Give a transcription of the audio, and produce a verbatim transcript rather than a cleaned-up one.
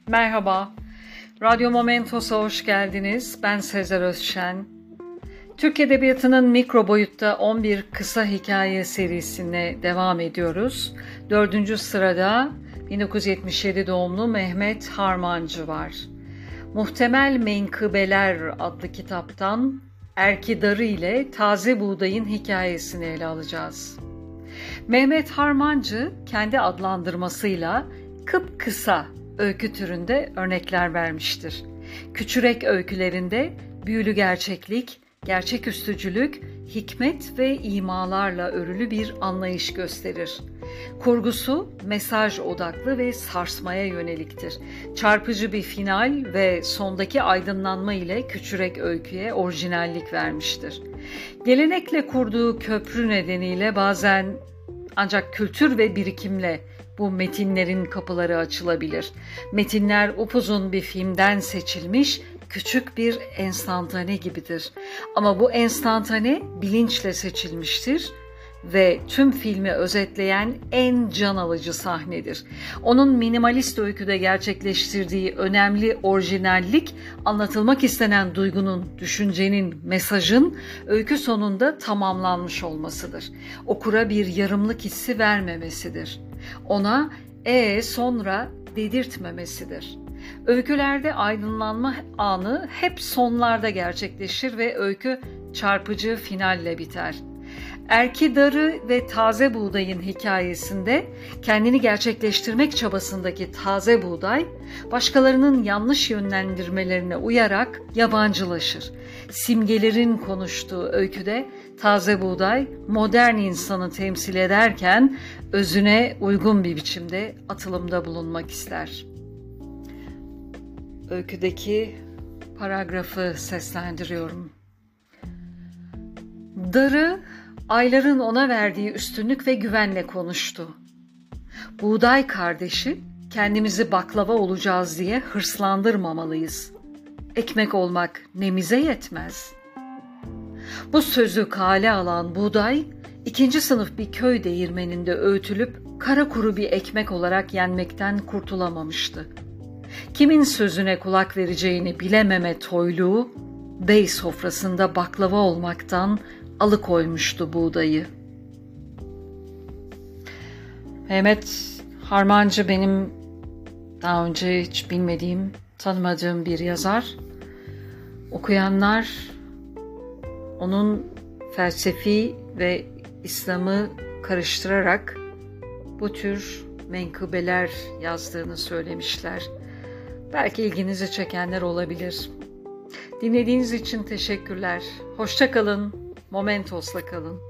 Merhaba, Radyo Momentos'a hoş geldiniz. Ben Sezer Özşen. Türk Edebiyatı'nın mikro boyutta on bir kısa hikaye serisine devam ediyoruz. Dördüncü sırada bin dokuz yüz yetmiş yedi doğumlu Mehmet Harmancı var. Muhtemel Menkıbeler adlı kitaptan Erki Darı ile Taze Buğday'ın hikayesini ele alacağız. Mehmet Harmancı kendi adlandırmasıyla kıpkısa öykü türünde örnekler vermiştir. Küçürek öykülerinde büyülü gerçeklik, gerçeküstücülük, hikmet ve imalarla örülü bir anlayış gösterir. Kurgusu mesaj odaklı ve sarsmaya yöneliktir. Çarpıcı bir final ve sondaki aydınlanma ile küçürek öyküye orijinallik vermiştir. Gelenekle kurduğu köprü nedeniyle bazen ancak kültür ve birikimle bu metinlerin kapıları açılabilir. Metinler upuzun bir filmden seçilmiş küçük bir enstantane gibidir. Ama bu enstantane bilinçle seçilmiştir ve tüm filmi özetleyen en can alıcı sahnedir. Onun minimalist öyküde gerçekleştirdiği önemli orijinallik, anlatılmak istenen duygunun, düşüncenin, mesajın öykü sonunda tamamlanmış olmasıdır. Okura bir yarımlık hissi vermemesidir. Ona "ee sonra" dedirtmemesidir. Öykülerde aydınlanma anı hep sonlarda gerçekleşir ve öykü çarpıcı finalle biter. Erki Darı ve Taze Buğday'ın hikayesinde kendini gerçekleştirmek çabasındaki taze buğday, başkalarının yanlış yönlendirmelerine uyarak yabancılaşır. Simgelerin konuştuğu öyküde taze buğday modern insanı temsil ederken özüne uygun bir biçimde atılımda bulunmak ister. Öyküdeki paragrafı seslendiriyorum. Darı, ayların ona verdiği üstünlük ve güvenle konuştu. Buğday kardeşi, kendimizi baklava olacağız diye hırslandırmamalıyız. Ekmek olmak nemize yetmez. Bu sözü kale alan buğday, ikinci sınıf bir köy değirmeninde öğütülüp kara kuru bir ekmek olarak yenmekten kurtulamamıştı. Kimin sözüne kulak vereceğini bilememe toyluğu, bey sofrasında baklava olmaktan alıkoymuştu buğdayı. Mehmet Harmancı benim daha önce hiç bilmediğim, tanımadığım bir yazar. Okuyanlar onun felsefi ve İslam'ı karıştırarak bu tür menkıbeler yazdığını söylemişler. Belki ilginizi çekenler olabilir. Dinlediğiniz için teşekkürler. Hoşça kalın. Momentos'la kalın.